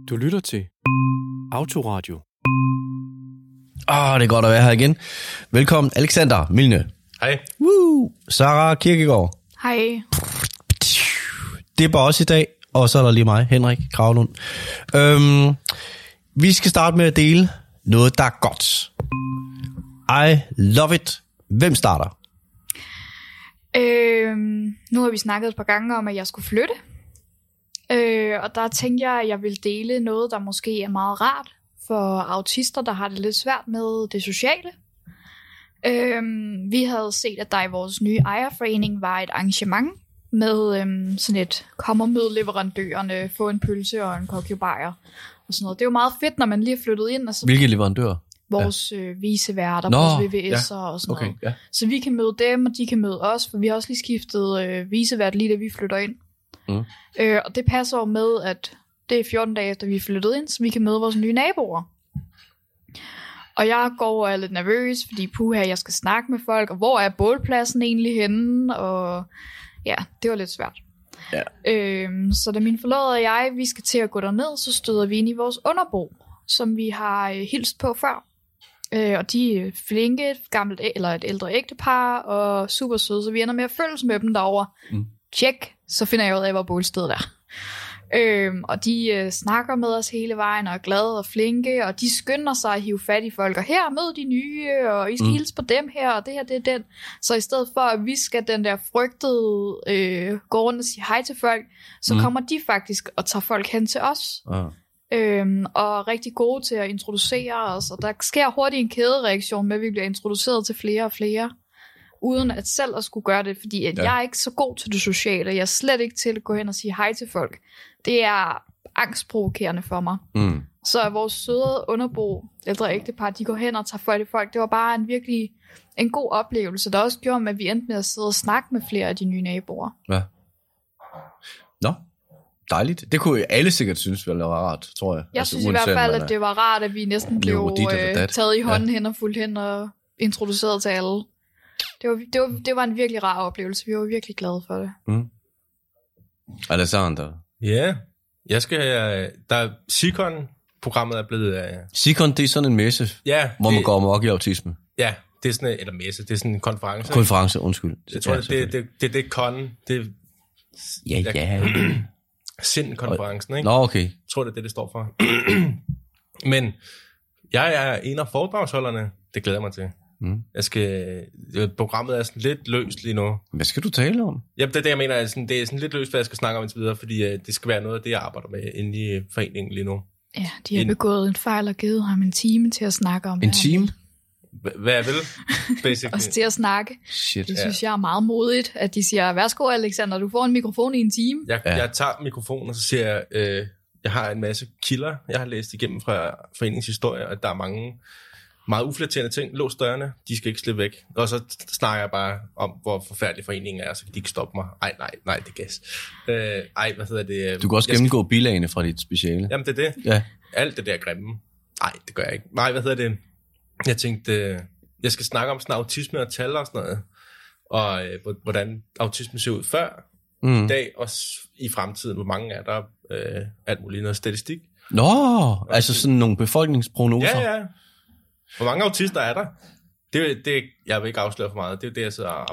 Du lytter til Autoradio. Det er godt at være her igen. Velkommen, Alexander Milne. Hej. Sara Kirkegaard. Hej. Det er bare os i dag, og så er der lige mig, Henrik Kravlund. Vi skal starte med at dele noget, der er godt. I love it. Hvem starter? Nu har vi snakket et par gange om, at jeg skulle flytte. Og der tænkte jeg, at jeg vil dele noget, der måske er meget rart for autister, der har det lidt svært med det sociale. Vi havde set, at der i vores nye ejerforening var et arrangement med sådan et kom og mød leverandørerne, få en pølse og en kokkebajr og sådan noget. Det er jo meget fedt, når man lige er flyttet ind. Og så Hvilke leverandører? vores viceværter, vores VVS'er og sådan noget. Ja. Så vi kan møde dem, og de kan møde os, for vi har også lige skiftet vicevært lige da vi flytter ind. Og det passer jo med, at det er 14 dage efter vi er flyttet ind, så vi kan møde vores nye naboer. Og jeg går og er lidt nervøs, fordi jeg skal snakke med folk, og hvor er bålpladsen egentlig henne? Og ja, det var lidt svært. Ja. Så da min forlovede og jeg, vi skal til at gå derned, så støder vi ind i vores underbo, som vi har hilst på før. Og de er flinke, et ældre ægtepar, og super søde, så vi ender med at følges med dem derovre. Tjek, så finder jeg ud af, hvor bålstedet er. Og de snakker med os hele vejen, og er glade og flinke, og de skynder sig at hive fat i folk, og her mød de nye, og I skal hilse på dem her, og det her, det er den. Så i stedet for, at vi skal den der frygtede gå rundt og sige hej til folk, så kommer de faktisk og tager folk hen til os. Og er rigtig gode til at introducere os, og der sker hurtigt en kædereaktion med, at vi bliver introduceret til flere og flere, uden at selv at skulle gøre det, fordi at jeg er ikke så god til det sociale, jeg er slet ikke til at gå hen og sige hej til folk. Det er angstprovokerende for mig. Så vores søde underbo, ældre ægtepar, de går hen og tager fat i folk. Det var bare virkelig en god oplevelse, der også gjorde, at vi endte med at sidde og snakke med flere af de nye naboer. Ja. Nå, dejligt. Det kunne alle sikkert synes var rart, tror jeg. Jeg synes i hvert fald, at det var rart, at vi næsten blev taget i hånden hen og fuldt hen og introduceret til alle. Det var en virkelig rar oplevelse. Vi var virkelig glade for det. Alexander. Ja, Sikon-programmet er blevet... Sikon, det er sådan en messe, hvor man går amok i autisme. Ja, det er sådan en, eller messe, det er sådan en konference. Konference, undskyld. Jeg tror, det kon, det SIN-konferencen, ikke? Nå, okay. Jeg tror, det er det står for. Men jeg er en af foredragsholderne. Det glæder jeg mig til. Programmet er sådan lidt løst lige nu. Hvad skal du tale om? Ja, det er det, jeg mener. Det er sådan lidt løst, hvad jeg skal snakke om indtil videre, fordi det skal være noget af det, jeg arbejder med inde i foreningen lige nu. Ja, de har begået en fejl og givet ham en time til at snakke om. En time? Hvad jeg vil, basically. Også til at snakke. Shit. Det synes jeg er meget modigt, at de siger, værsgo Alexander, du får en mikrofon i en time. Jeg tager mikrofonen, og så siger jeg, jeg har en masse kilder, jeg har læst igennem fra foreningens historie, og der er mange meget uflatterende ting. Lås dørene, de skal ikke slippe væk. Og så snakker jeg bare om, hvor forfærdelig foreningen er, så de ikke stoppe mig. Nej, det er gas. Hvad hedder det? Du kan også gennemgå bilagene fra dit speciale. Jamen, det er det. Ja. Alt det der grimme. Nej, det gør jeg ikke. Nej, hvad hedder det? Jeg tænkte, jeg skal snakke om sådan autisme og tal og sådan noget. Og hvordan autisme ser ud før i dag, og i fremtiden. Hvor mange er der? Alt muligt noget statistik. Nå, altså sådan nogle befolkningsprognoser. Ja. Hvor mange autister er der? Det jeg vil ikke afsløre for meget. Det er jo det, jeg sidder og...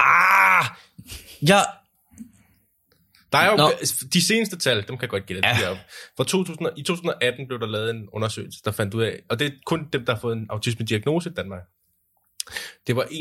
Der er jo de seneste tal, dem kan jeg godt gætte. I 2018 blev der lavet en undersøgelse, der fandt ud af, og det er kun dem, der har fået en autisme-diagnose i Danmark. Det var 31.961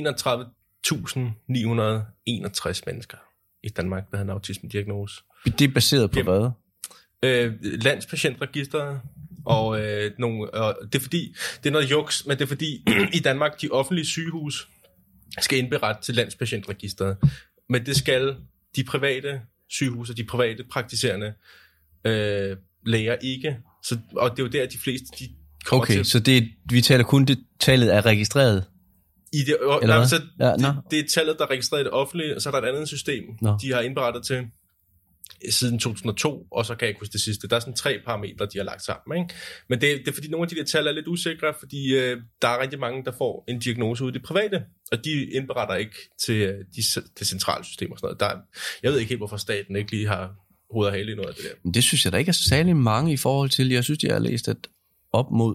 mennesker i Danmark, der havde en autisme-diagnose. Det er baseret på hvad? Landspatientregisteret. Og det er fordi, det er noget juks, men det er fordi, i Danmark, de offentlige sygehus skal indberette til Landspatientregisteret. Men det skal de private sygehus og de private praktiserende læger ikke. Og det er jo der, de fleste de kommer til. Okay, så vi taler kun det tallet er registreret? Det er tallet, der er registreret i det offentlige, og så er der et andet system, de har indberettet til siden 2002, og så kan jeg ikke huske det sidste. Der er sådan 3 parametre, de har lagt sammen. Ikke? Men det er fordi nogle af de der tal er lidt usikre, fordi der er rigtig mange, der får en diagnose ude i det private, og de indberetter ikke til det centrale system og sådan noget. Jeg ved ikke helt, hvorfor staten ikke lige har hoved og hale i noget af det der. Men det synes jeg da ikke er særlig mange i forhold til, jeg synes, jeg har læst, at op mod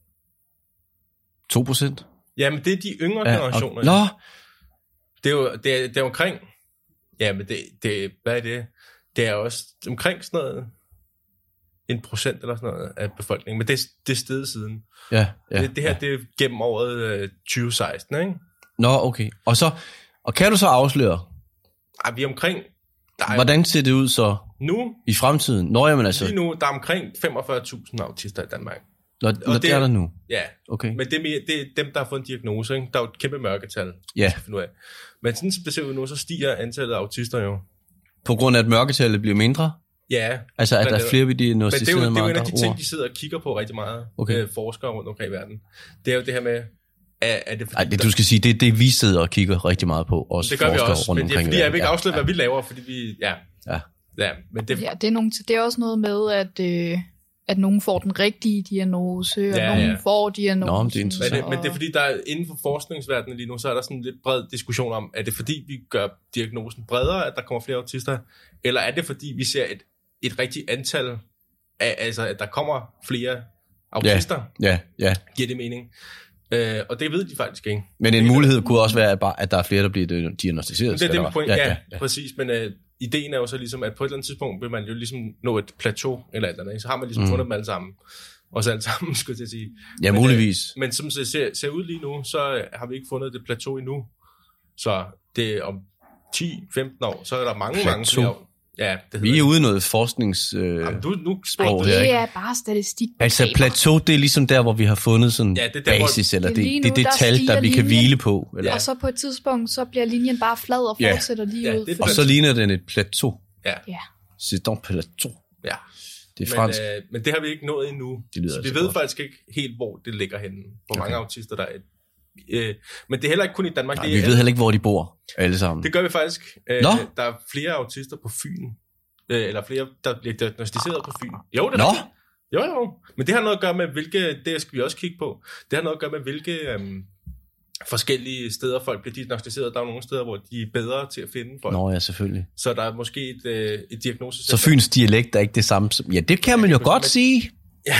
2%. Jamen, det er de yngre generationer. Nå! Det er jo det er omkring... Jamen, det hvad er det? Det er også omkring sådan noget 1% eller sådan noget af befolkningen. Men det er steget siden. Ja. Det her, det er gennem året 2016, ikke? Nå, okay. Og kan du så afsløre, Vi er omkring... hvordan ser det ud så Nu, i fremtiden? Nå, jamen altså... lige nu, der er omkring 45.000 autister i Danmark. Når det er der nu? Ja, Okay. men det er dem, der har fået en diagnose, ikke? Der er jo et kæmpe mørketal, Ja. finde ud af. Men sådan som det ser ud nu, så stiger antallet af autister jo. På grund af, at mørketallet bliver mindre? Ja. Altså, at der er flere, vi Men det er diagnostiserede jo med en af andre de ting, ord? de sidder og kigger på rigtig meget, Okay. forskere rundt omkring i verden. Det er jo det her med, er det fordi... Ej, det du skal sige, det er det, vi sidder og kigger rigtig meget på. Også det gør vi forskere også, rundt men det er omkring i fordi, jeg vil ikke verden. afsløre, hvad vi laver, fordi vi... Ja, men det... Ja, det er også noget med, at nogen får den rigtige diagnose, og nogen får diagnosen. Nå, men det er interessant. Men det er fordi, der er, inden for forskningsverdenen lige nu, så er der sådan en lidt bred diskussion om, er det fordi, vi gør diagnosen bredere, at der kommer flere autister, eller er det fordi, vi ser et rigtigt antal, altså at der kommer flere autister? Ja. Giver det mening? Og det ved de faktisk ikke. Men en mulighed kunne også være, at der er flere, der bliver diagnostiseret. Det er det med point. Ja, ja. præcis. Men ideen er jo så ligesom, at på et eller andet tidspunkt vil man jo ligesom nå et plateau eller et eller andet. Så har man ligesom fundet dem alle sammen. Os alle sammen, skulle jeg sige. Ja, muligvis. Men som det ser ud lige nu, så har vi ikke fundet det plateau endnu. Så det er om 10-15 år, så er der mange flere. Ja, det vi er ude i noget forsknings... nu sprog, det er bare statistik. Altså plateau, det er ligesom der, hvor vi har fundet sådan det er der, basis, eller det nu, er det tal, der vi kan hvile på. Eller? Og så på et tidspunkt, så bliver linjen bare flad og fortsætter lige ud. Og så ligner den et plateau. Ja. C'est donc plateau. Ja. Det er fransk. Men det har vi ikke nået endnu. Så vi altså ved godt. faktisk ikke helt, hvor det ligger henne. Hvor mange autister der er. Men det er heller ikke kun i Danmark. Nej, vi ved heller ikke, hvor de bor, alle sammen. Det gør vi faktisk. Der er flere autister på Fyn. Eller flere, der bliver diagnostiseret på Fyn. Jo, det er Jo. Men det har noget at gøre med, det skal vi også kigge på. Det har noget at gøre med, hvilke forskellige steder folk bliver diagnostiseret. Der er nogle steder, hvor de er bedre til at finde folk. Nå ja, selvfølgelig. Så der er måske et diagnose. Så Fyns dialekt er ikke det samme som... Ja, det kan man jo godt sige. Ja.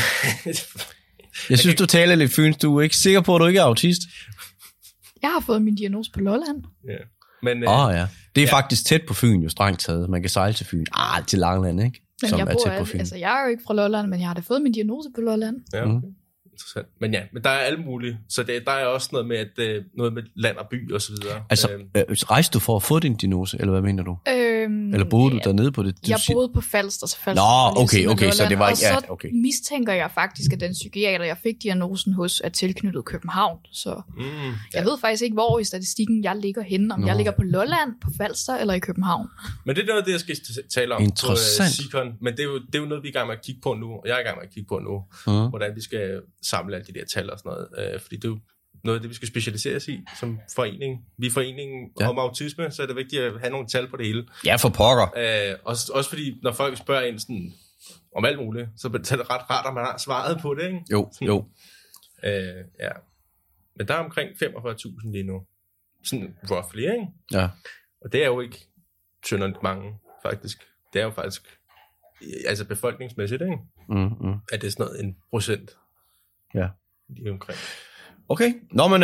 Jeg synes, du taler lidt fyns. Du er ikke sikker på, at du ikke er autist? Jeg har fået min diagnose på Lolland. Ja. Men, ja. Det er faktisk tæt på Fyn, jo strengt taget. Man kan sejle til Fyn. Til Langeland, ikke? Men jeg er jo ikke fra Lolland, men jeg har da fået min diagnose på Lolland. Ja, okay. Interessant. Men der er alle mulige. Så der er også noget med, noget med land og by og så videre. Altså, rejste du for at få din diagnose, eller hvad mener du? Eller boede du dernede på det? Jeg boede på Falster, så Falster. Nå, okay, så det var ikke... Og så mistænker jeg faktisk, at den psykiater, jeg fik diagnosen hos, er tilknyttet København. Så jeg ved faktisk ikke, hvor i statistikken jeg ligger henne. Om jeg ligger på Lolland, på Falster eller i København. Men det er noget, det jeg skal tale om på Sikon. Men det er jo noget, vi er i gang med at kigge på nu. Og jeg er i gang med at kigge på nu. Hvordan vi skal samle alle de der tal og sådan noget. Fordi det er jo noget af det, vi skal specialiseres i som forening. Vi er foreningen om autisme, så er det vigtigt at have nogle tal på det hele. Ja, for pokker. Også fordi, når folk spørger ind sådan, om alt muligt, så er det ret rart, at man har svaret på det, ikke? Jo. Ja. Men der er omkring 45.000 lige nu. Sådan roughly, ikke? Ja. Og det er jo ikke synderligt mange, faktisk. Det er jo faktisk, altså befolkningsmæssigt, ikke? At det er sådan noget 1%. Ja. Lige omkring. Okay, nå men...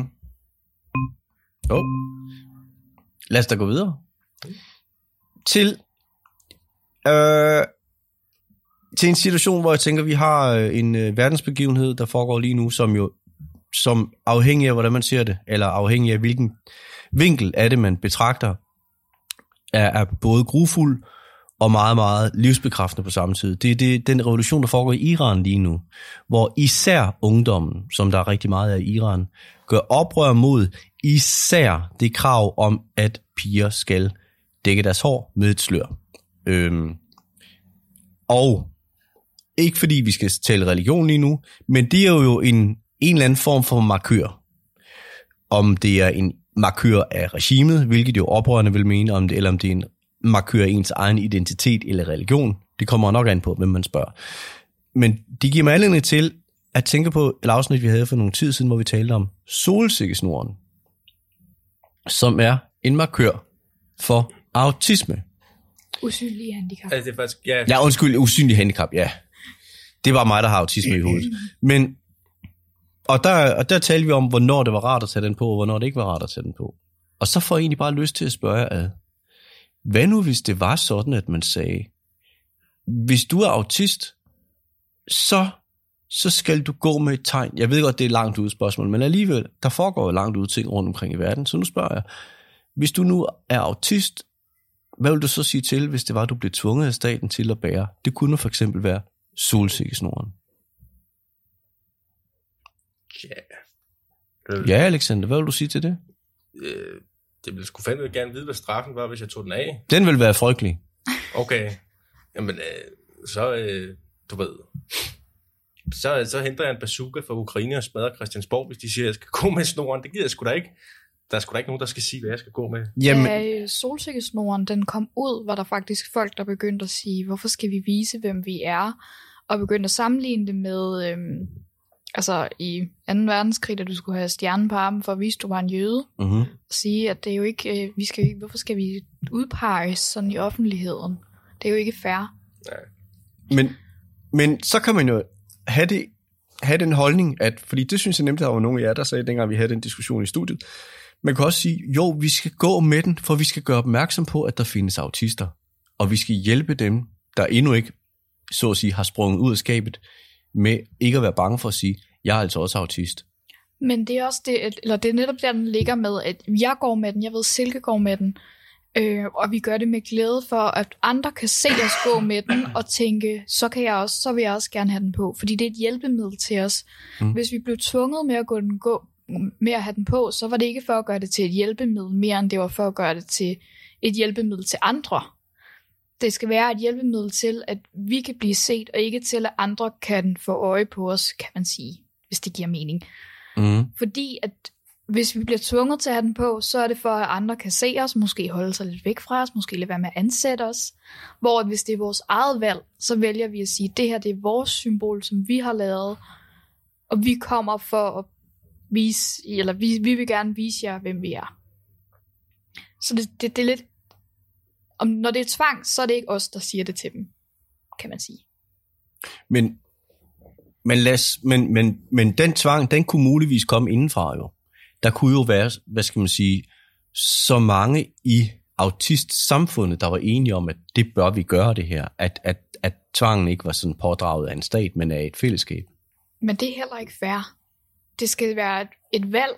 Lad os da gå videre. Til en situation, hvor jeg tænker, vi har en verdensbegivenhed, der foregår lige nu, som afhængig af, hvordan man ser det, eller afhængig af, hvilken vinkel af det, man betragter, er både grufuld og meget, meget livsbekræftende på samme tid. Det er den revolution, der foregår i Iran lige nu, hvor især ungdommen, som der er rigtig meget af i Iran, gør oprør mod især det krav om, at piger skal dække deres hår med et slør. Og ikke fordi vi skal tale religion lige nu, men det er jo en eller anden form for markør. Om det er en markør af regimet, hvilket jo oprørerne vil mene, eller om det er en markør ens egen identitet eller religion. Det kommer nok an på, hvem man spørger. Men det giver mig anledning til at tænke på et afsnit, vi havde for nogle tid siden, hvor vi talte om solsikkesnoren, som er en markør for autisme. Usynlige handicap. Altså, det er faktisk, Ja, undskyld, usynlig handicap, ja. Det var mig, der har autisme i hovedet. Men, og der talte vi om, hvornår det var rart at tage den på, og hvornår det ikke var rart at tage den på. Og så får jeg egentlig bare lyst til at spørge jer ad. Hvad nu, hvis det var sådan, at man sagde, hvis du er autist, så skal du gå med et tegn. Jeg ved godt, det er langt ude spørgsmål, men alligevel, der foregår langt ude ting rundt omkring i verden. Så nu spørger jeg, hvis du nu er autist, hvad vil du så sige til, hvis det var, du blev tvunget af staten til at bære? Det kunne for eksempel være solsikkesnoren. Ja, Alexander, hvad vil du sige til det? Det ville sgu fandme gerne vide, hvad straffen var, hvis jeg tog den af. Den vil være frygtelig. Okay. Jamen, du ved... Så henter jeg en bazooka fra Ukraine og smadrer Christiansborg, hvis de siger, at jeg skal gå med snoren. Det gider jeg sgu da ikke. Der er sgu da ikke nogen, der skal sige, hvad jeg skal gå med. Jamen, Da solsikkesnoren den kom ud, var der faktisk folk, der begyndte at sige, hvorfor skal vi vise, hvem vi er? Og begyndte at sammenligne det med, altså i 2. verdenskrig, da du skulle have stjernen på armen for at vise, at du var en jøde. Og sige, at det er jo ikke, hvorfor skal vi udpeges sådan i offentligheden? Det er jo ikke fair. Nej. men så kan man jo have den holdning, at, fordi det synes jeg nemlig, der var nogle af jer, der sagde, dengang vi havde den diskussion i studiet, man kan også sige, jo, vi skal gå med den, for vi skal gøre opmærksom på, at der findes autister, og vi skal hjælpe dem, der endnu ikke, så at sige, har sprunget ud af skabet, med ikke at være bange for at sige, jeg er altså også autist. Men det er også det, eller det er netop der, den ligger med, at jeg går med den, jeg ved, Silke går med den, og vi gør det med glæde for, at andre kan se os gå med den, og tænke, så vil jeg også gerne have den på, fordi det er et hjælpemiddel til os. Hvis vi blev tvunget med med at have den på, så var det ikke for at gøre det til et hjælpemiddel, mere end det var for at gøre det til et hjælpemiddel til andre. Det skal være et hjælpemiddel til, at vi kan blive set, og ikke til, at andre kan få øje på os, kan man sige, hvis det giver mening. Fordi at hvis vi bliver tvunget til at have den på, så er det for, at andre kan se os, måske holde sig lidt væk fra os, måske lade være med at ansætte os. Hvor hvis det er vores eget valg, så vælger vi at sige, at det her det er vores symbol, som vi har lavet, og vi kommer for at vise, eller vi vil gerne vise jer, hvem vi er. Så det er lidt, når det er tvang, så er det ikke os, der siger det til dem, kan man sige. Men den tvang, den kunne muligvis komme indenfra jo. Der kunne jo være, hvad skal man sige, så mange i autistsamfundet, der var enige om, at det bør vi gøre det her. At tvangen ikke var sådan pådraget af en stat, men af et fællesskab. Men det er heller ikke fair. Det skal være et valg.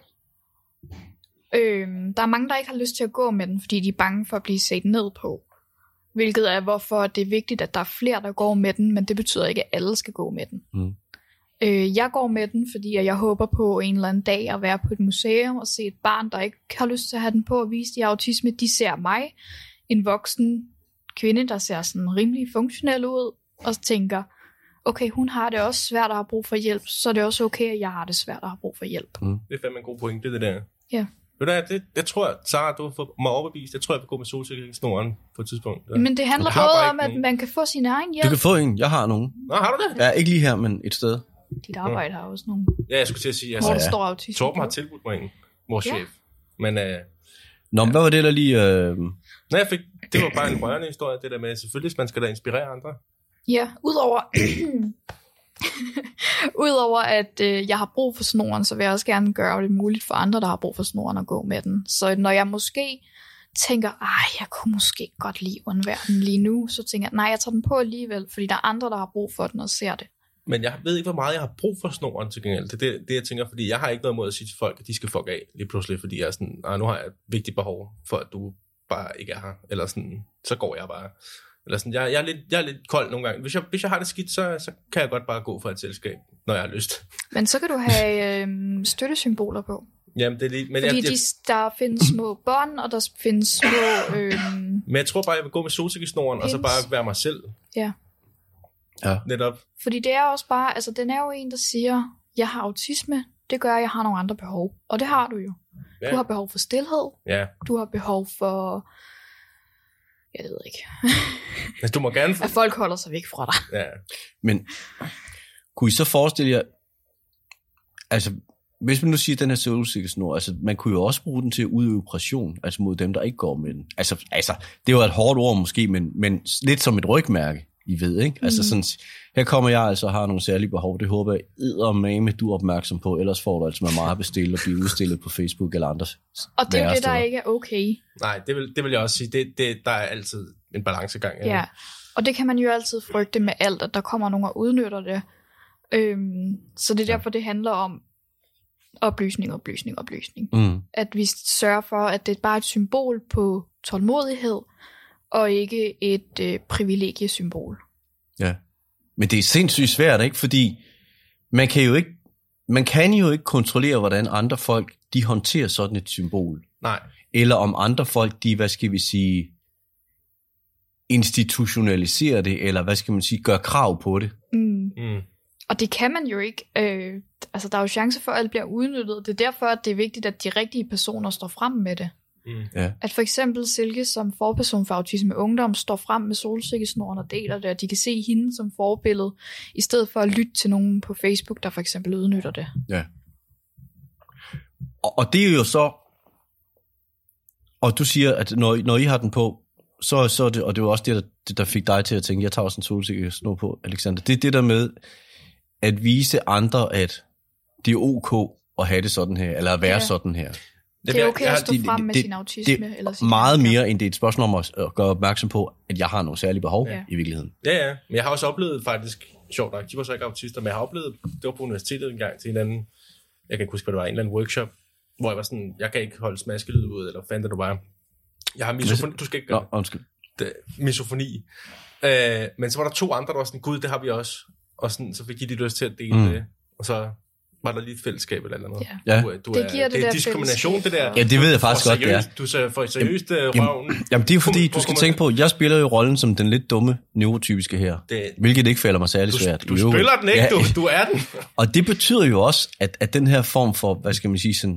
Der er mange, der ikke har lyst til at gå med den, fordi de er bange for at blive set ned på. Hvilket er, hvorfor det er vigtigt, at der er flere, der går med den, men det betyder ikke, at alle skal gå med den. Jeg går med den, fordi jeg håber på en eller anden dag at være på et museum og se et barn, der ikke har lyst til at have den på og vise de autisme. De ser mig, en voksen kvinde, der ser sådan rimelig funktionel ud, og tænker, okay, hun har det også svært at have brug for hjælp, så er det også okay, at jeg har det svært at have brug for hjælp. Det er fandme en god pointe, det der. Ja. Ved du hvad, jeg tror, Sarah, du har fået mig overbevist. Jeg tror, jeg vil gå med solsikkesnoren på et tidspunkt. Ja. Men det handler både om, at man kan få sin egen hjælp. Du kan få en, jeg har nogen. Nå, har du det? Ja, ikke lige her, men et sted. Dit arbejde har også nogle. Ja, jeg skulle til at sige, Hvor der står autisme. Torben har tilbudt mig en, vores chef. Men, Nå, hvad var det der lige? Nej, det var bare en rørende historie, det der med, selvfølgelig, man skal da inspirere andre. Ja, udover at jeg har brug for snoren, så vil jeg også gerne gøre det muligt for andre, der har brug for snoren at gå med den. Så når jeg måske tænker, jeg kunne måske godt lide undvære den lige nu, så tænker jeg, nej, jeg tager den på alligevel, fordi der er andre, der har brug for den og ser det. Men jeg ved ikke, hvor meget jeg har brug for snoren til gengæld. Det er det, jeg tænker, fordi jeg har ikke noget mod at sige til folk, at de skal fuck af lige pludselig, fordi jeg er sådan, nu har jeg et vigtigt behov for, at du bare ikke er her. Eller sådan, så går jeg bare. Eller sådan, jeg er lidt kold nogle gange. Hvis jeg har det skidt, så kan jeg godt bare gå for et selskab, når jeg har lyst. Men så kan du have støttesymboler på. Jamen, det er lige, men fordi der findes små bånd, og der findes små... Men jeg tror bare, jeg vil gå med solsikkesnoren, og så bare være mig selv. Ja. Netop. Fordi det er også bare, altså den er jo en, der siger, jeg har autisme, det gør, at jeg har nogle andre behov. Og det har du jo. Ja. Du har behov for stilhed. Ja. Du har behov for... Jeg ved ikke. Altså, du må gerne... At folk holder sig væk fra dig. Ja. Men kunne I så forestille jer, altså hvis man nu siger, den her solsikkesnor, altså man kunne jo også bruge den til at udøve pression, altså mod dem, der ikke går med den. Altså det er jo et hårdt ord måske, men lidt som et rygmærke, I ved, ikke? Altså sådan, her kommer jeg altså og har nogle særlige behov, det håber jeg eddermame, du er opmærksom på, ellers får du altså meget at bestille og blive udstillet på Facebook eller andre. Og det er det, der ikke er okay. Nej, det vil jeg også sige, der er altid en balancegang. Ja, og det kan man jo altid frygte med alt, at der kommer nogen og udnytter det. Så det er derfor, det handler om oplysning. At vi sørger for, at det er bare et symbol på tålmodighed, og ikke et privilegiesymbol. Ja, men det er sindssygt svært, ikke? Fordi man kan jo ikke kontrollere, hvordan andre folk, de håndterer sådan et symbol. Nej. Eller om andre folk, de, hvad skal vi sige, institutionaliserer det, eller hvad skal man sige, gør krav på det. Og det kan man jo ikke. Altså, der er jo chance for, at alt bliver udnyttet. Det er derfor, at det er vigtigt, at de rigtige personer står frem med det. Ja. At for eksempel Silke som forperson for Autisme Ungdom står frem med solsikkesnoren og deler det, og de kan se hende som forbillede, i stedet for at lytte til nogen på Facebook, der for eksempel udnytter det. Ja. Og det er jo så, og du siger, at når I har den på, så er det, og det var også det, der fik dig til at tænke, jeg tager også en solsikkesnor på, Alexander. Det er det der med at vise andre, at det er ok at have det sådan her, eller at være sådan her. Det er okay at stå frem med sin autisme. Det eller sin meget mere, end det er et spørgsmål om at gøre opmærksom på, at jeg har nogle særlige behov i virkeligheden. Ja, men jeg har også oplevet faktisk, sjovt nok, de var så ikke autister, men jeg har oplevet, det var på universitetet en gang til en anden, jeg kan ikke huske, hvad det var, en eller anden workshop, hvor jeg var sådan, jeg kan ikke holde smaskelyd ud, eller hvad fanden det var. Jeg har misofoni, du skal ikke gøre det. Misofoni. Men så var der 2 andre, der var sådan, gud, det har vi også. Og sådan, så fik de lyst til at dele det. Og så var der lige et fællesskab eller andet. Ja. Det er diskrimination, det der. Ja, det ved jeg faktisk godt, det er. Du ser for seriøst røven. Jamen, det er fordi, du skal tænke på, jeg spiller jo rollen som den lidt dumme neurotypiske her. Hvilket ikke falder mig særlig svært. Du spiller den ikke, du er den. Og det betyder jo også, at den her form for, hvad skal man sige, sådan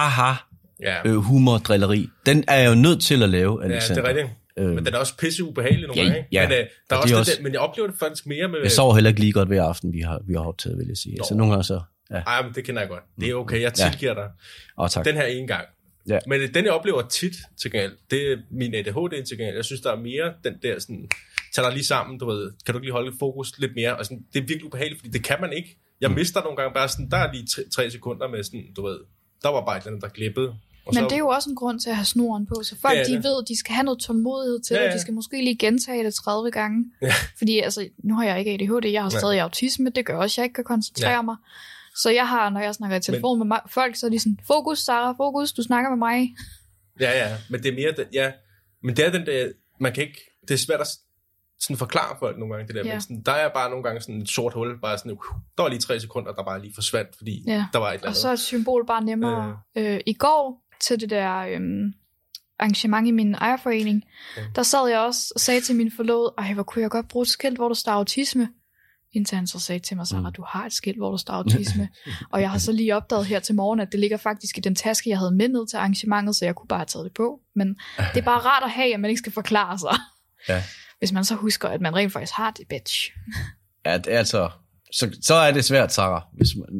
humor, drilleri, den er jeg jo nødt til at lave, Alexander. Ja, det er rigtigt. Men den er også pisse ubehagelig nogle gange, ikke? Ja, men, der er også det, men jeg oplever det faktisk mere med... Jeg sover heller ikke lige godt hver aften, vi har optaget, vil jeg sige. Så nogle gange så... Ja. Ej, men det kender jeg godt. Det er okay, jeg tilgiver dig. Tak. Den her ene gang. Ja. Men den jeg oplever tit til gengæld, det er min ADHD til gengæld. Jeg synes, der er mere den der sådan... Tag dig lige sammen, du ved. Kan du ikke lige holde fokus lidt mere? Og sådan, det er virkelig ubehageligt, fordi det kan man ikke. Jeg mister nogle gange bare sådan... Der er lige 3 sekunder med sådan, du ved... Der var bare et eller andet, der glippede. Men det er jo også en grund til at have snoren på, så folk de ved, at de skal have noget tålmodighed til det, de skal måske lige gentage det 30 gange. Ja. Fordi altså, nu har jeg ikke ADHD, jeg har stadig autisme, det gør også, at jeg ikke kan koncentrere mig. Så jeg har, når jeg snakker i telefon med folk, så er de sådan, fokus Sarah, fokus, du snakker med mig. Ja, men det er mere, men det er den der, man kan ikke, det er svært at sådan forklare folk nogle gange det der, men sådan, der er bare nogle gange sådan et sort hul, bare sådan, der var lige 3 sekunder, der bare lige forsvandt, fordi der var et eller andet. Og så er et symbol bare nemmere. I går til det der arrangement i min ejerforening, der sad jeg også og sagde til min forlovede, hvor kunne jeg godt bruge et skilt, hvor der står autisme. Indtil han så sagde til mig, Sarah, du har et skilt, hvor der står autisme. Og jeg har så lige opdaget her til morgen, at det ligger faktisk i den taske, jeg havde med ned til arrangementet, så jeg kunne bare have taget det på. Men det er bare rart at have, at man ikke skal forklare sig. Ja. Hvis man så husker, at man rent faktisk har det badge. Ja, det er altså... Så er det svært, Sarah. Hvis man,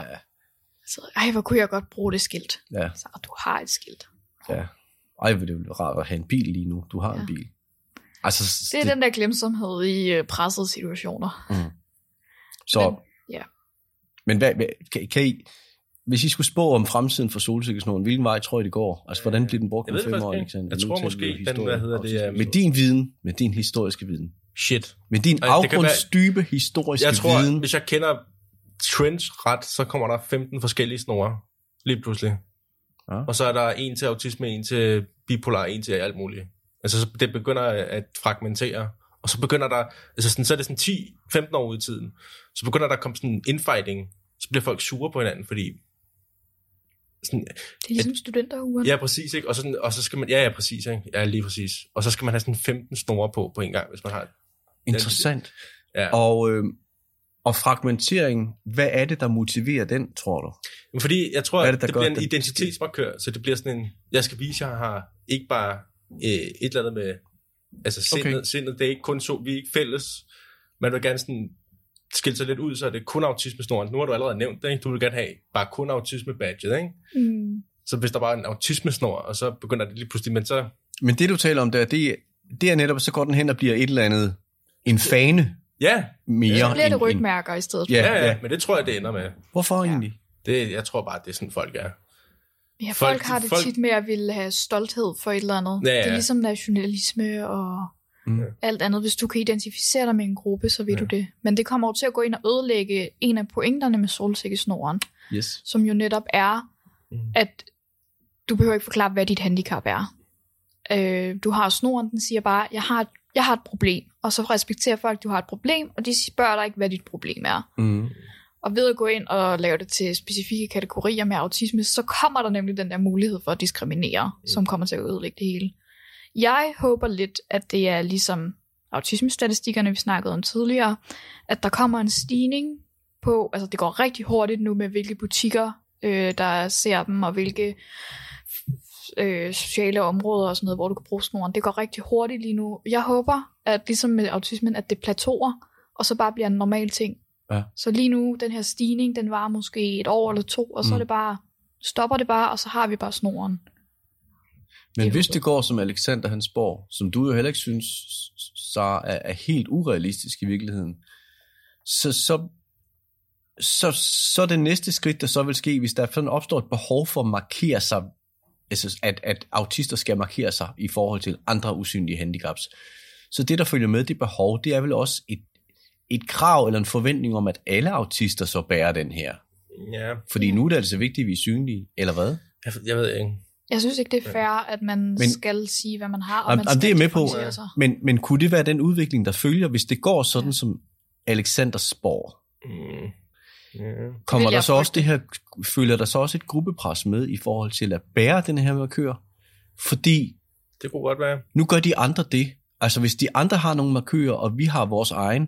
Så, hvor kunne jeg godt bruge det skilt. Ja. Sarah, du har et skilt. Ja. Det er jo rart at have en bil lige nu. Du har en bil. Altså, det er den der glemsomhed i pressede situationer. Så, men hvad, kan I, hvis I skulle spå om fremtiden for solsikkesnoren, hvilken vej tror I det går? Altså, hvordan bliver den brugt om 5 år, Alexander? Jeg tror måske, den, hvad hedder det? Med din viden, med din historiske viden. Shit. Med din afgrundsdybe historiske viden. Jeg tror, hvis jeg kender trends ret, så kommer der 15 forskellige snore, lige pludselig. Ja. Og så er der en til autisme, en til bipolar, en til alt muligt. Altså, det begynder at fragmentere. Og så begynder der, altså sådan, så er det sådan 10-15 år ude i tiden, så begynder der at komme sådan en infighting, så bliver folk sure på hinanden, fordi sådan, det er ligesom studenterhuer. Ja, præcis, ikke? Og så skal man, ja, præcis, ikke? Ja, lige præcis. Og så skal man have sådan 15 snore på en gang, hvis man har... Interessant. Ja. Og fragmentering, hvad er det, der motiverer den, tror du? Fordi jeg tror, at det bliver en identitetsmarkør, så det bliver sådan en, jeg skal vise, at jeg har ikke bare et eller andet med, altså sindet, det er ikke kun så, vi er ikke fælles, man vil gerne sådan skilte sig lidt ud, så er det kun autismesnoren. Nu har du allerede nævnt det, ikke? Du vil gerne have bare kun autisme-badget, ikke? Mm. Så hvis der bare er en autismesnor, og så begynder det lige pludselig, men så... Men det, du taler om der, det er netop, så går den hen og bliver et eller andet, en fane Ja. mere. Så bliver det rygmærker i stedet for. Ja, men det tror jeg, det ender med. Hvorfor egentlig? Jeg tror bare, det er sådan, folk er. Ja, folk har det tit med at ville have stolthed for et eller andet. Ja. Det er ligesom nationalisme og alt andet. Hvis du kan identificere dig med en gruppe, så vil du det. Men det kommer jo til at gå ind og ødelægge en af pointerne med solsikkesnoren, Yes. som jo netop er, at du behøver ikke forklare, hvad dit handicap er. Du har snoren, den siger bare, jeg har et problem. Og så respekterer folk, at du har et problem, og de spørger dig ikke, hvad dit problem er. Mm. Og ved at gå ind og lave det til specifikke kategorier med autisme, så kommer der nemlig den der mulighed for at diskriminere, som kommer til at ødelægge det hele. Jeg håber lidt, at det er ligesom autismestatistikkerne, vi snakkede om tidligere, at der kommer en stigning på, altså det går rigtig hurtigt nu med, hvilke butikker, der ser dem, og hvilke sociale områder og sådan noget, hvor du kan bruge snoren. Det går rigtig hurtigt lige nu. Jeg håber, at ligesom med autismen, at det plateauer, og så bare bliver en normal ting. Ja. Så lige nu, den her stigning, den var måske 1 år eller 2, og så er det bare, stopper det bare, og så har vi bare snoren. Men hvis det går som Alexander han spår, som du jo heller ikke synes så er helt urealistisk i virkeligheden, så det næste skridt, der så vil ske, hvis der sådan opstår et behov for at markere sig, altså at autister skal markere sig i forhold til andre usynlige handicaps. Så det, der følger med det behov, det er vel også et krav eller en forventning om, at alle autister så bærer den her. Ja. Fordi nu er det altså vigtigt, at vi er synlige, eller hvad? Jeg ved ikke. Jeg synes ikke, det er fair, at man skal sige, hvad man har, og man det skal er med på, differentiere sig. men kunne det være den udvikling, der følger, hvis det går sådan, som Alexander spår? Kommer der så også det her, følger der så også et gruppepres med i forhold til at bære den her markør? Fordi det kunne godt være. Nu gør de andre det. Altså hvis de andre har nogle markører, og vi har vores egen,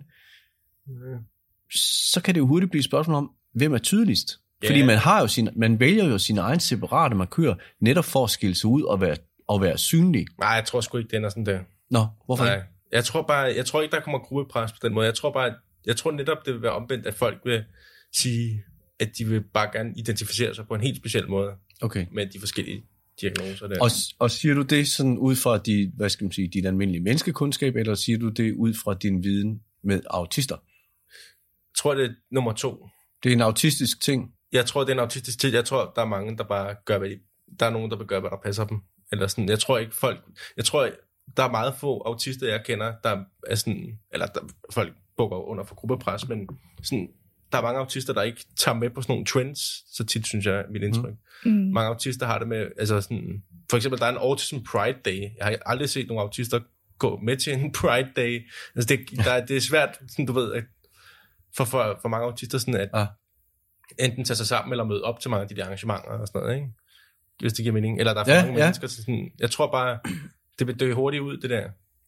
så kan det jo hurtigt blive et spørgsmål om, hvem er tydeligst? Fordi man vælger jo sin egen separate markør, netop for at skille sig ud og være synlig. Nej, jeg tror sgu ikke, det ender sådan der. Nå, hvorfor ikke? Jeg tror ikke, der kommer gruppepres på den måde. Jeg tror netop, det vil være omvendt, at folk vil sige, at de vil bare gerne identificere sig på en helt speciel måde. Okay. Med de forskellige diagnoser der. Og siger du det sådan ud fra din almindelige menneskekundskab, eller siger du det ud fra din viden med autister? Jeg tror, det er nummer 2. Det er en autistisk ting? Jeg tror, det er en autistisk ting. Jeg tror, der er mange, der bare gør, der er nogen, der vil gøre, hvad der passer dem. Eller sådan. Jeg tror, der er meget få autister, jeg kender, der er sådan, eller folk bukker under for gruppepres, men sådan, der er mange autister, der ikke tager med på sådan nogle trends, så tit synes jeg, mit indtryk. Mange autister har det med, altså sådan, for eksempel, der er en Autism Pride Day. Jeg har aldrig set nogle autister gå med til en Pride Day. Altså, det er svært, sådan, du ved, at for mange autister, sådan at enten tage sig sammen, eller møde op til mange af de arrangementer og sådan noget, ikke? Hvis det giver mening. Eller der er for mange mennesker, sådan, jeg tror bare, det vil dø hurtigt ud, det der.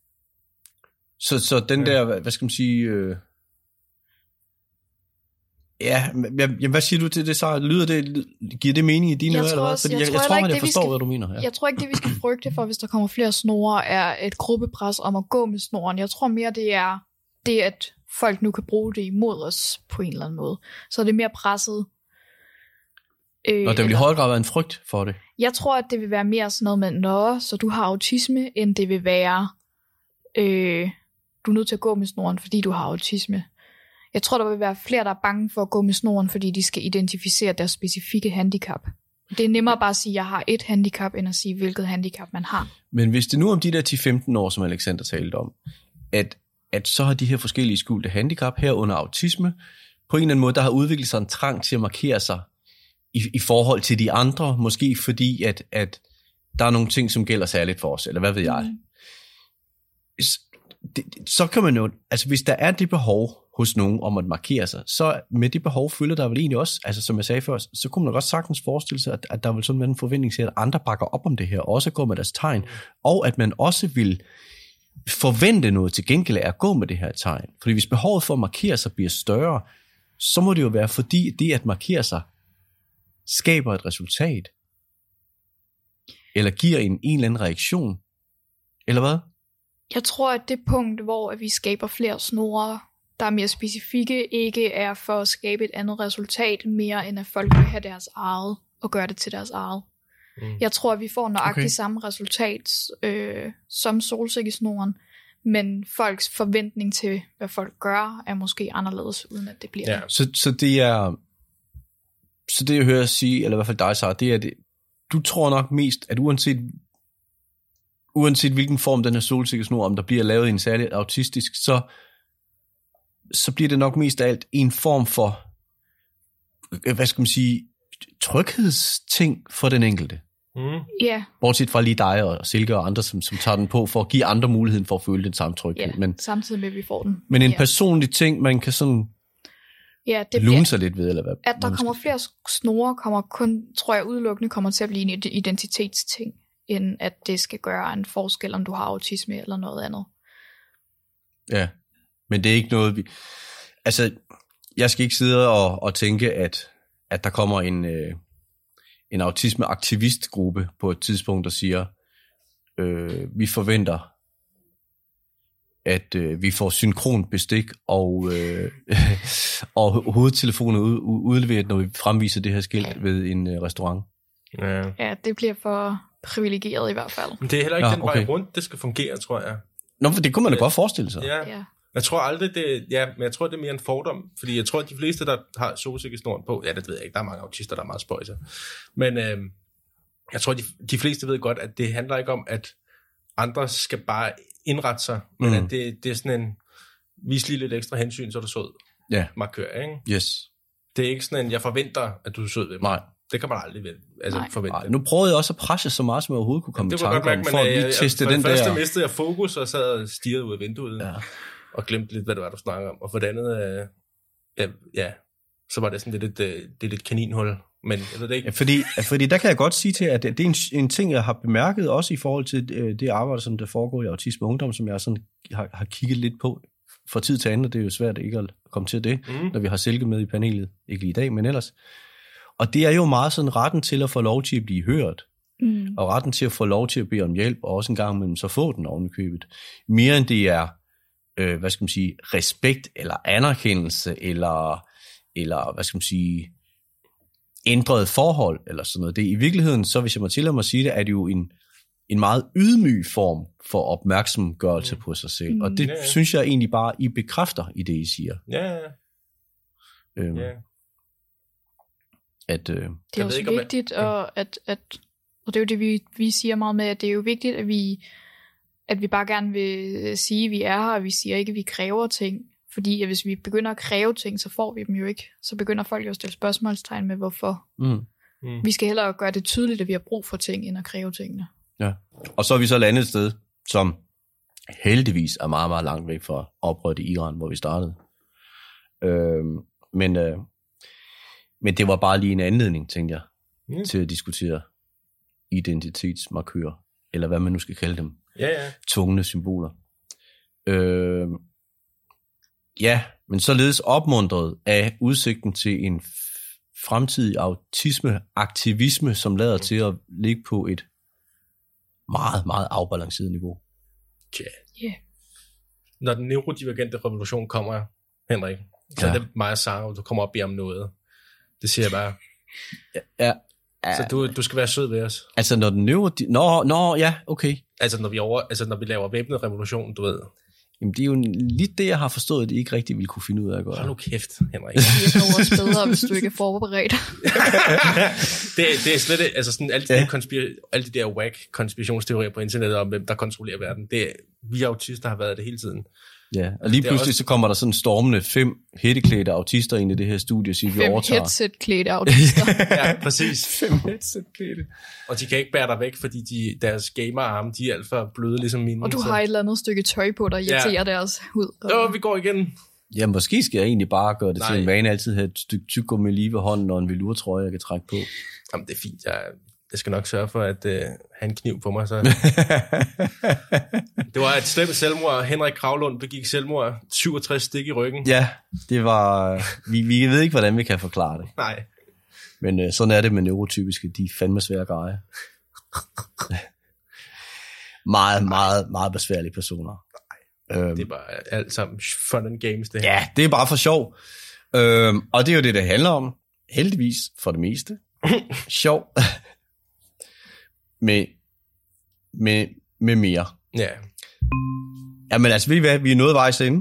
Så den der, hvad skal man sige... hvad siger du til det, så giver det mening i dine ører, eller hvad? Fordi jeg tror, at jeg forstår, hvad du mener. Ja. Jeg tror ikke, det vi skal frygte for, hvis der kommer flere snore, er et gruppepres om at gå med snoren. Jeg tror mere, det er det, at folk nu kan bruge det imod os på en eller anden måde. Så er det mere presset. Og der vil i høj grad være en frygt for det. Jeg tror, at det vil være mere sådan noget med, så du har autisme, end det vil være, du er nødt til at gå med snoren, fordi du har autisme. Jeg tror, der vil være flere, der er bange for at gå med snoren, fordi de skal identificere deres specifikke handicap. Det er nemmere bare at sige, at jeg har et handicap, end at sige, hvilket handicap man har. Men hvis det nu om de der 10-15 år, som Alexander talte om, at så har de her forskellige skjulte handicap herunder autisme, på en eller anden måde, der har udviklet sig en trang til at markere sig i forhold til de andre, måske fordi, at der er nogle ting, som gælder særligt for os, eller hvad ved jeg. Så kan man jo, altså hvis der er det behov hos nogen om at markere sig, så med det behov følger der vel egentlig også, altså som jeg sagde før, så kunne man godt sagtens forestille sig, at der vil sådan være en forventning til, at andre bakker op om det her, også går med deres tegn, og at man også vil forvente noget til gengæld af at gå med det her tegn. Fordi hvis behovet for at markere sig bliver større, så må det jo være, fordi det at markere sig skaber et resultat, eller giver en eller anden reaktion, eller hvad? Jeg tror, at det punkt, hvor vi skaber flere snore, der er mere specifikke, ikke er for at skabe et andet resultat, mere end at folk vil have deres eget, og gøre det til deres eget. Jeg tror, at vi får nøjagtigt samme resultat som solsikkesnoren, men folks forventning til, hvad folk gør, er måske anderledes, uden at det bliver det. Så det jeg hører sige, eller i hvert fald dig, Sara, det er det. Du tror nok mest, at uanset hvilken form den her solsikkesnor, om der bliver lavet en særligt autistisk, så bliver det nok mest af alt en form for, hvad skal man sige, tryghedsting for den enkelte. Ja. Bortset fra lige dig og Silke og andre, som tager den på for at give andre muligheden for at føle den samme tryghed. Men samtidig med, at vi får den. Men en personlig ting, man kan sådan lune sig lidt ved, eller hvad? At der kommer flere snore, kommer kun, tror jeg, udelukkende kommer til at blive en identitetsting, end at det skal gøre en forskel, om du har autisme eller noget andet. Ja, men det er ikke noget, altså, jeg skal ikke sidde og tænke, at der kommer en autisme-aktivistgruppe på et tidspunkt, der siger, vi forventer, at vi får synkron bestik og hovedtelefoner udleveret, når vi fremviser det her skilt ved en restaurant. Ja, det bliver for privilegeret i hvert fald. Men det er heller ikke den vej rundt, det skal fungere, tror jeg. Nå, for det kunne man da godt forestille sig. Ja. Jeg tror aldrig, men jeg tror, det er mere en fordom, fordi jeg tror, at de fleste, der har solsikkesnoren på, det ved jeg ikke, der er mange autister, der er meget spøjser, men jeg tror, de fleste ved godt, at det handler ikke om, at andre skal bare indrette sig, men at det er sådan en, vis lige lidt ekstra hensyn, så er du sød. Ja. Markør, ikke? Yes. Det er ikke sådan en, jeg forventer, at du er sød ved mig. Nej. Det kan man aldrig forvente. Nej, nu prøvede jeg også at presse så meget, som jeg overhovedet kunne komme i tanke om, for at lige teste den der. For det første mistede jeg fokus, og sad og stirrede ud af vinduet, og glemte lidt, hvad det var, du snakkede om. Og for det andet, så var det sådan lidt kaninhul. Men jeg ved det ikke. Fordi der kan jeg godt sige til, at det er en ting, jeg har bemærket, også i forhold til det arbejde, som der foregår i Autisme Ungdom, som jeg sådan har kigget lidt på fra tid til anden, og det er jo svært ikke at komme til det, når vi har Silke med i panelet. Ikke lige i dag, men ellers. Og det er jo meget sådan retten til at få lov til at blive hørt, og retten til at få lov til at bede om hjælp, og også en gang imellem så få den ovenikøbet. Mere end det er, hvad skal man sige, respekt eller anerkendelse, eller hvad skal man sige, ændret forhold, eller sådan noget. Det i virkeligheden, så hvis jeg må tillade mig at sige det, er det jo en meget ydmyg form for opmærksomgørelse på sig selv. Og det synes jeg egentlig bare, I bekræfter i det, I siger. Ja. Det er også vigtigt, og det er jo det, vi siger meget med, at det er jo vigtigt, at vi bare gerne vil sige, at vi er her, og vi siger ikke, at vi kræver ting. Fordi at hvis vi begynder at kræve ting, så får vi dem jo ikke. Så begynder folk jo at stille spørgsmålstegn med, hvorfor. Vi skal hellere gøre det tydeligt, at vi har brug for ting, end at kræve tingene. Ja. Og så er vi så landet et sted, som heldigvis er meget, meget langt væk fra oprøret i Iran, hvor vi startede. Men det var bare lige en anledning, tænkte jeg, til at diskutere identitetsmarkører, eller hvad man nu skal kalde dem. Tvungne symboler. Men således opmuntret af udsigten til en fremtidig autisme-aktivisme, som lader til at ligge på et meget, meget afbalanceret niveau. Når den neurodivergente revolution kommer, Henrik, så er det mig og Sara, du kommer op og beder om noget. Det siger jeg bare. Så du skal være sød ved os. Altså når den okay. Altså når vi laver væbnet revolution, du ved. Jamen det er jo lidt det, jeg har forstået, at I ikke rigtig ville kunne finde ud af at gøre. Hold nu kæft, Henrik. Det er også bedre, hvis du ikke er forberedt. det er slet altså sådan alle de der whack konspirationsteorier på internettet om, hvem der kontrollerer verden. Vi autister har været det hele tiden. Ja, og lige pludselig så kommer der sådan stormende 5 hætteklædte autister ind i det her studie, og siger, vi overtager. 5 headset-klædte autister. Ja, præcis. 5 headset-klædte. Og de kan ikke bære dig væk, fordi deres gamerarme, de er alt for bløde ligesom mine. Og du har et eller andet stykke tøj på, der irriterer deres hud. Vi går igen. Ja, måske skal jeg egentlig bare gøre det til en vane, altid have et stykke tyggegummi lige ved hånden, og en velurtrøje, jeg kan trække på. Jamen, det er fint. Jeg skal nok sørge for at have en kniv på mig. Så. Det var et slemt selvmord. Henrik Kravlund begik selvmord. 67 stik i ryggen. Ja, det var... Vi ved ikke, hvordan vi kan forklare det. Nej. Men sådan er det med neurotypiske. De er fandme svære at greje. Meget, meget, meget besværlige personer. Det er bare alt sammen fun and games, det her. Ja, det er bare for sjov. Og det er jo det handler om. Heldigvis for det meste. Sjov. med mere. Ja. Jamen altså, ved I hvad? Vi er nået vejs inde.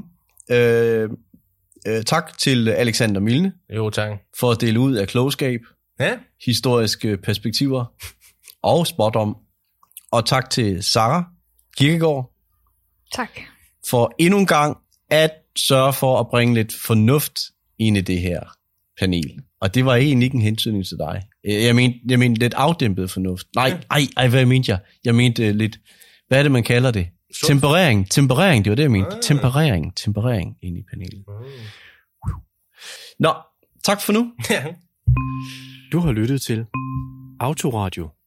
Tak til Alexander Milne. Jo, tak. For at dele ud af klogskab, historiske perspektiver og spådom. Og tak til Sarah Kirkegaard. Tak. For endnu en gang at sørge for at bringe lidt fornuft ind i det her panel. Og det var egentlig ikke en hentydning til dig. Jeg mente lidt afdæmpet fornuft. Nej, hvad mente jeg? Jeg mente lidt, hvad er det, man kalder det? Temperering, det var det, jeg mente. Temperering ind i panelet. Nå, tak for nu. Du har lyttet til Autoradio.